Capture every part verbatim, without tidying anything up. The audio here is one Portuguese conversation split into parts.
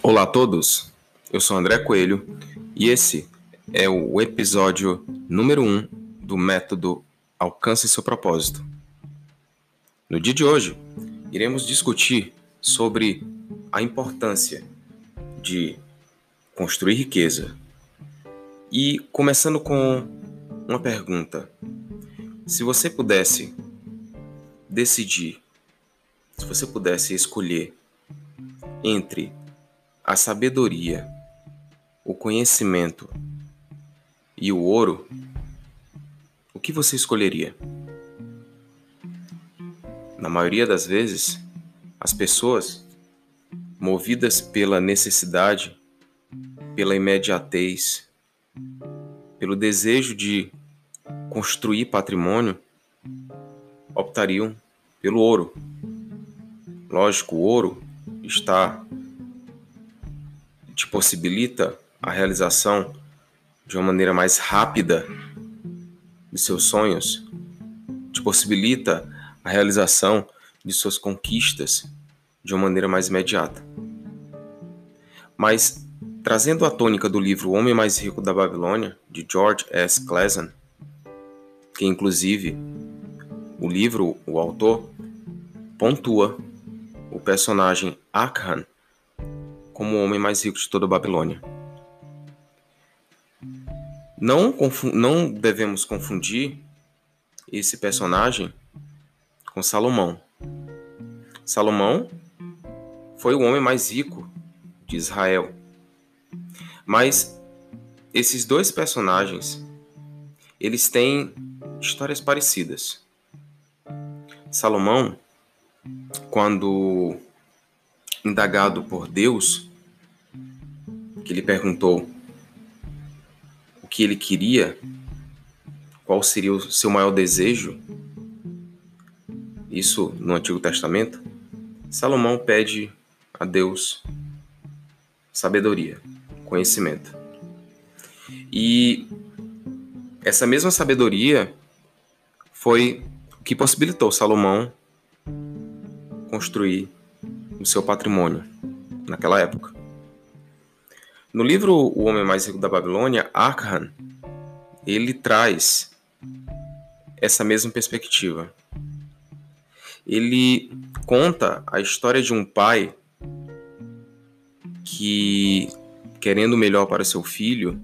Olá a todos, eu sou André Coelho e esse é o episódio número um do método Alcance Seu Propósito. No dia de hoje, iremos discutir sobre a importância de construir riqueza. E começando com uma pergunta: se você pudesse decidir, se você pudesse escolher entre a sabedoria, o conhecimento e o ouro, o que você escolheria? Na maioria das vezes, as pessoas, movidas pela necessidade, pela imediatez, pelo desejo de construir patrimônio, optariam pelo ouro. Lógico, o ouro está te possibilita a realização de uma maneira mais rápida de seus sonhos, te possibilita a realização de suas conquistas de uma maneira mais imediata. Mas, trazendo a tônica do livro O Homem Mais Rico da Babilônia, de George S. Clason, que inclusive o livro, o autor, pontua o personagem Achan como o homem mais rico de toda a Babilônia. Não, confu- não devemos confundir esse personagem com Salomão. Salomão foi o homem mais rico de Israel. Mas esses dois personagens, eles têm histórias parecidas. Salomão, quando indagado por Deus, que lhe perguntou o que ele queria, qual seria o seu maior desejo, isso no Antigo Testamento, Salomão pede a Deus sabedoria, conhecimento. E essa mesma sabedoria foi o que possibilitou Salomão construir o seu patrimônio naquela época. No livro O Homem Mais Rico da Babilônia, Achan, ele traz essa mesma perspectiva. Ele conta a história de um pai que, querendo o melhor para seu filho,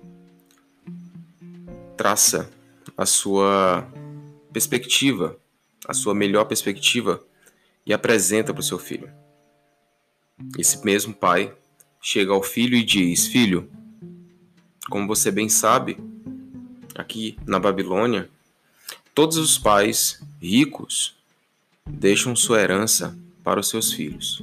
traça a sua perspectiva, a sua melhor perspectiva, e apresenta para o seu filho. Esse mesmo pai chega ao filho e diz: filho, como você bem sabe, aqui na Babilônia, todos os pais ricos deixam sua herança para os seus filhos.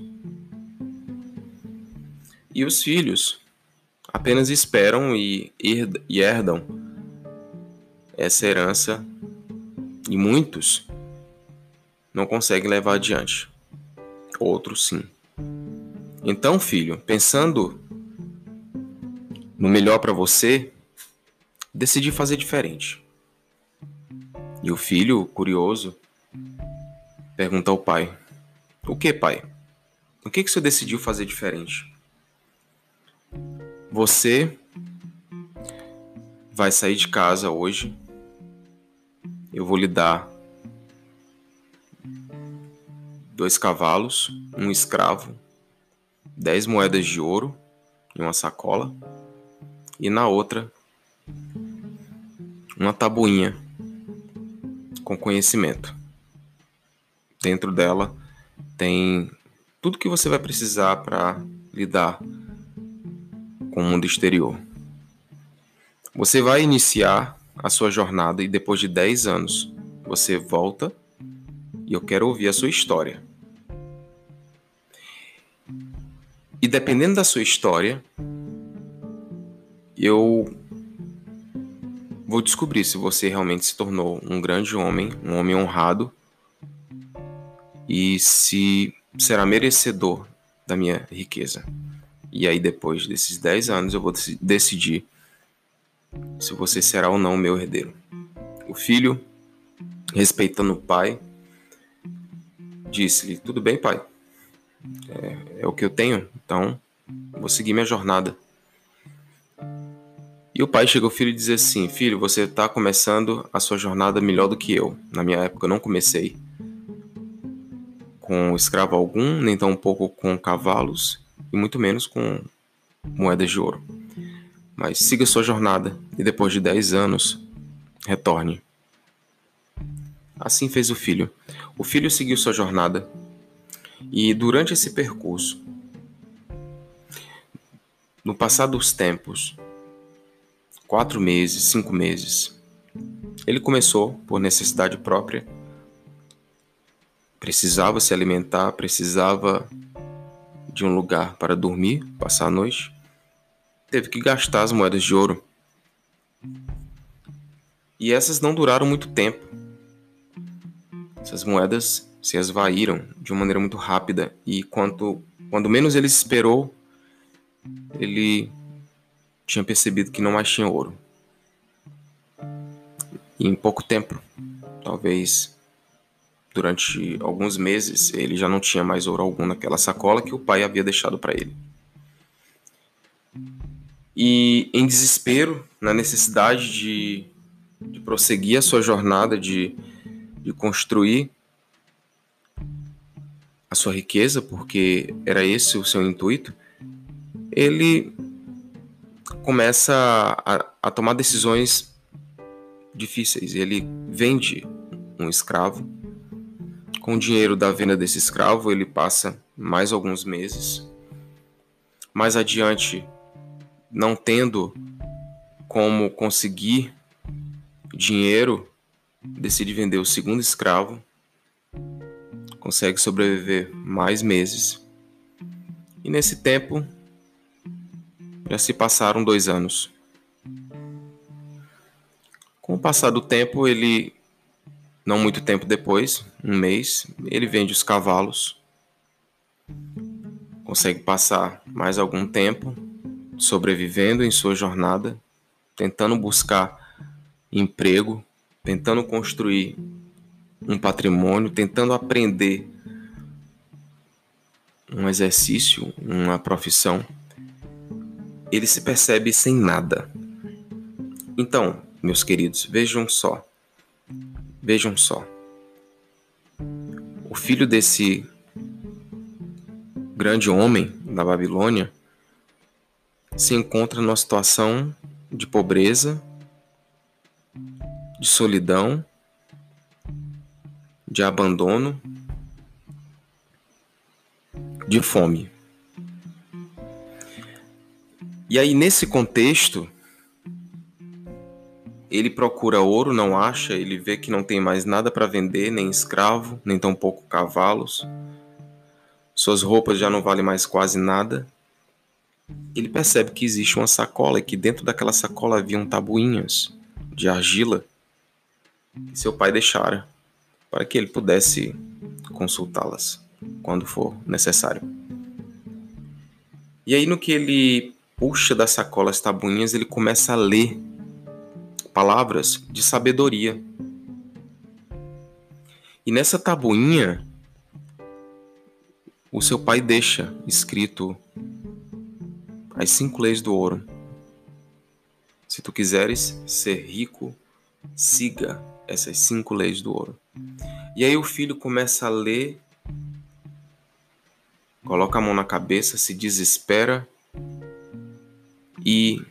E os filhos apenas esperam e herdam essa herança, e muitos não conseguem levar adiante. Outros sim. Então, filho, pensando no melhor para você, decidi fazer diferente. E o filho, curioso, pergunta ao pai: o que, pai? O que, que o senhor decidiu fazer diferente? Você vai sair de casa hoje. Eu vou lhe dar dois cavalos, um escravo, dez moedas de ouro em uma sacola e na outra uma tabuinha com conhecimento. Dentro dela tem tudo que você vai precisar para lidar com o mundo exterior. Você vai iniciar a sua jornada e depois de dez anos você volta e eu quero ouvir a sua história. E dependendo da sua história, eu vou descobrir se você realmente se tornou um grande homem, um homem honrado, e se será merecedor da minha riqueza. E aí, depois desses dez anos, eu vou decidir se você será ou não meu herdeiro. O filho, respeitando o pai, disse-lhe: tudo bem, pai, é, é o que eu tenho, então vou seguir minha jornada. E o pai chega ao filho e diz assim: filho, você está começando a sua jornada melhor do que eu. Na minha época eu não comecei com escravo algum, nem tão pouco com cavalos, e muito menos com moedas de ouro. Mas siga sua jornada, e depois de dez anos, retorne. Assim fez o filho. O filho seguiu sua jornada, e durante esse percurso, no passar dos tempos, quatro meses, cinco meses, ele começou por necessidade própria, precisava se alimentar, precisava de um lugar para dormir, passar a noite, teve que gastar as moedas de ouro. E essas não duraram muito tempo. Essas moedas se esvaíram de uma maneira muito rápida, e quanto, quando menos ele esperou, ele tinha percebido que não mais tinha ouro. E em pouco tempo, talvez durante alguns meses, ele já não tinha mais ouro algum naquela sacola que o pai havia deixado para ele. E em desespero, na necessidade de, de prosseguir a sua jornada, de, de construir a sua riqueza, porque era esse o seu intuito, ele começa a, a tomar decisões difíceis. Ele vende um escravo. Com o dinheiro da venda desse escravo, ele passa mais alguns meses. Mais adiante, não tendo como conseguir dinheiro, decide vender o segundo escravo. Consegue sobreviver mais meses. E nesse tempo, já se passaram dois anos. Com o passar do tempo, ele, não muito tempo depois, um mês, ele vende os cavalos. Consegue passar mais algum tempo sobrevivendo em sua jornada, tentando buscar emprego, tentando construir um patrimônio, tentando aprender um exercício, uma profissão. Ele se percebe sem nada. Então, meus queridos, vejam só. Vejam só. O filho desse grande homem da Babilônia se encontra numa situação de pobreza, de solidão, de abandono, de fome. E aí, nesse contexto, ele procura ouro, não acha, ele vê que não tem mais nada para vender, nem escravo, nem tampouco cavalos. Suas roupas já não valem mais quase nada. Ele percebe que existe uma sacola e que dentro daquela sacola haviam tabuinhas de argila que seu pai deixara para que ele pudesse consultá-las quando for necessário. E aí, no que ele puxa da sacola as tabuinhas, ele começa a ler palavras de sabedoria. E nessa tabuinha, o seu pai deixa escrito as cinco leis do ouro. Se tu quiseres ser rico, siga essas cinco leis do ouro. E aí o filho começa a ler, coloca a mão na cabeça, se desespera e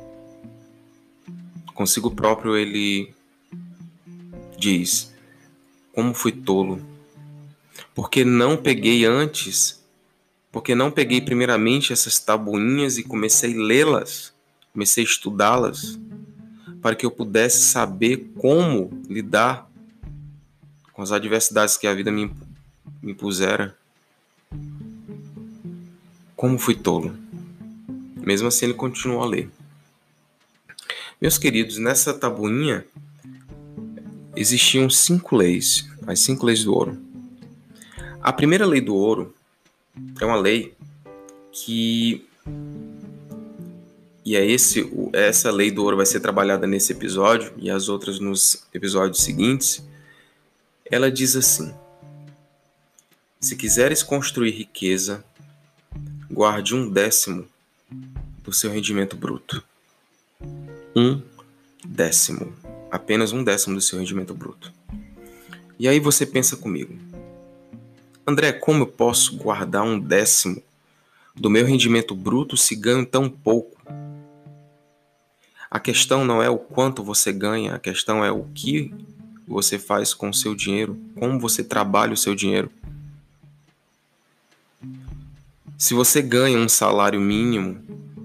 consigo próprio ele diz: como fui tolo, porque não peguei antes, porque não peguei primeiramente essas tabuinhas e comecei a lê-las, comecei a estudá-las, para que eu pudesse saber como lidar com as adversidades que a vida me impusera. Como fui tolo. Mesmo assim, ele continua a ler. Meus queridos, nessa tabuinha existiam cinco leis, as cinco leis do ouro. A primeira lei do ouro é uma lei que, e é esse, essa lei do ouro vai ser trabalhada nesse episódio e as outras nos episódios seguintes. Ela diz assim: se quiseres construir riqueza, guarde um décimo do seu rendimento bruto. Um décimo. Apenas um décimo do seu rendimento bruto. E aí você pensa comigo: André, como eu posso guardar um décimo do meu rendimento bruto se ganho tão pouco? A questão não é o quanto você ganha, a questão é o que você faz com o seu dinheiro, como você trabalha o seu dinheiro. Se você ganha um salário mínimo,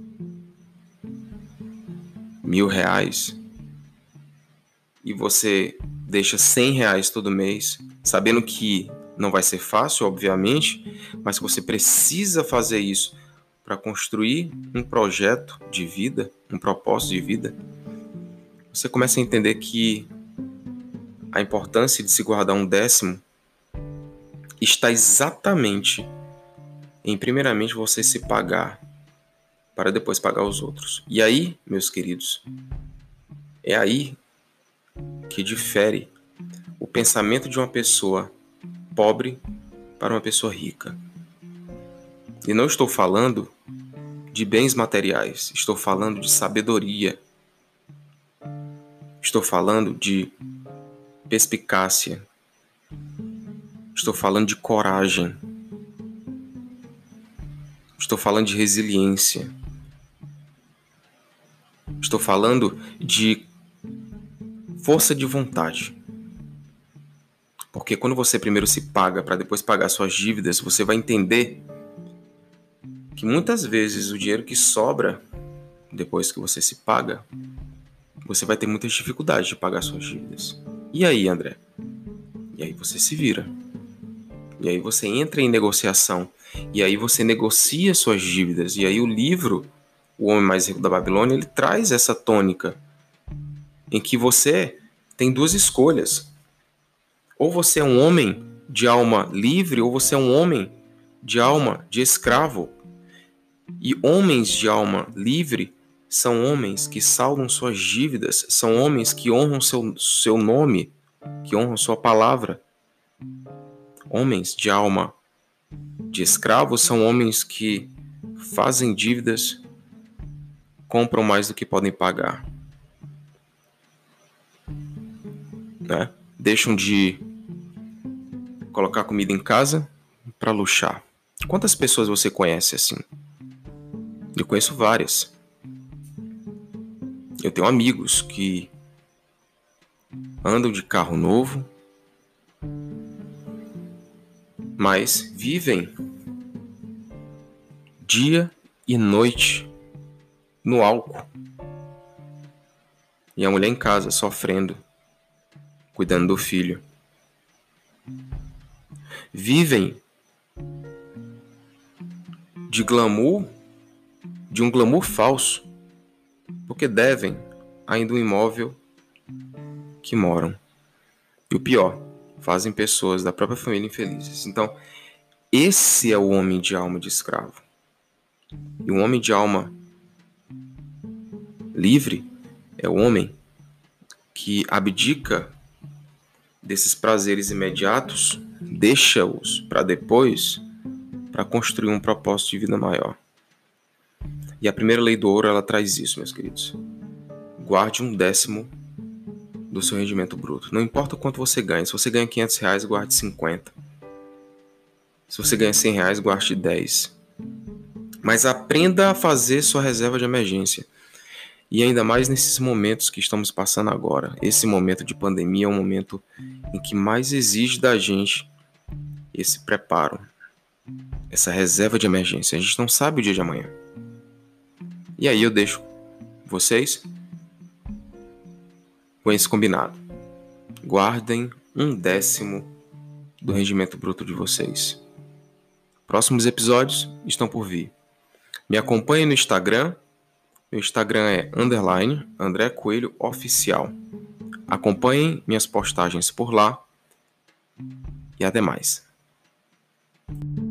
mil reais, e você deixa cem reais todo mês, sabendo que não vai ser fácil, obviamente, mas que você precisa fazer isso para construir um projeto de vida, um propósito de vida, você começa a entender que a importância de se guardar um décimo está exatamente em, primeiramente, você se pagar para depois pagar os outros. E aí, meus queridos, é aí que difere o pensamento de uma pessoa pobre para uma pessoa rica. E não estou falando de bens materiais, estou falando de sabedoria. Estou falando de perspicácia. Estou falando de coragem. Estou falando de resiliência. Estou falando de força de vontade. Porque quando você primeiro se paga para depois pagar suas dívidas, você vai entender que muitas vezes o dinheiro que sobra depois que você se paga, você vai ter muitas dificuldades de pagar suas dívidas. E aí, André? E aí você se vira. E aí você entra em negociação. E aí você negocia suas dívidas. E aí o livro, O Homem Mais Rico da Babilônia, ele traz essa tônica em que você tem duas escolhas. Ou você é um homem de alma livre, ou você é um homem de alma de escravo. E homens de alma livre são homens que saldam suas dívidas, são homens que honram seu, seu nome, que honram sua palavra. Homens de alma de escravo são homens que fazem dívidas, compram mais do que podem pagar, né? Deixam de colocar comida em casa para luxar. Quantas pessoas você conhece assim? Eu conheço várias. Eu tenho amigos que andam de carro novo, mas vivem dia e noite no álcool. E a mulher em casa sofrendo, cuidando do filho. Vivem de glamour, de um glamour falso, porque devem ainda um imóvel que moram. E o pior, fazem pessoas da própria família infelizes. Então, esse é o homem de alma de escravo. E um homem de alma livre é o homem que abdica desses prazeres imediatos, deixa-os para depois, para construir um propósito de vida maior. E a primeira lei do ouro, ela traz isso, meus queridos. Guarde um décimo do seu rendimento bruto. Não importa o quanto você ganha. Se você ganha quinhentos reais, guarde cinquenta. Se você ganha cem reais, guarde dez. Mas aprenda a fazer sua reserva de emergência. E ainda mais nesses momentos que estamos passando agora. Esse momento de pandemia é um momento em que mais exige da gente esse preparo, essa reserva de emergência. A gente não sabe o dia de amanhã. E aí eu deixo vocês com esse combinado. Guardem um décimo do rendimento bruto de vocês. Próximos episódios estão por vir. Me acompanhe no Instagram. Meu Instagram é underline André Coelho Oficial. Acompanhem minhas postagens por lá. E até mais.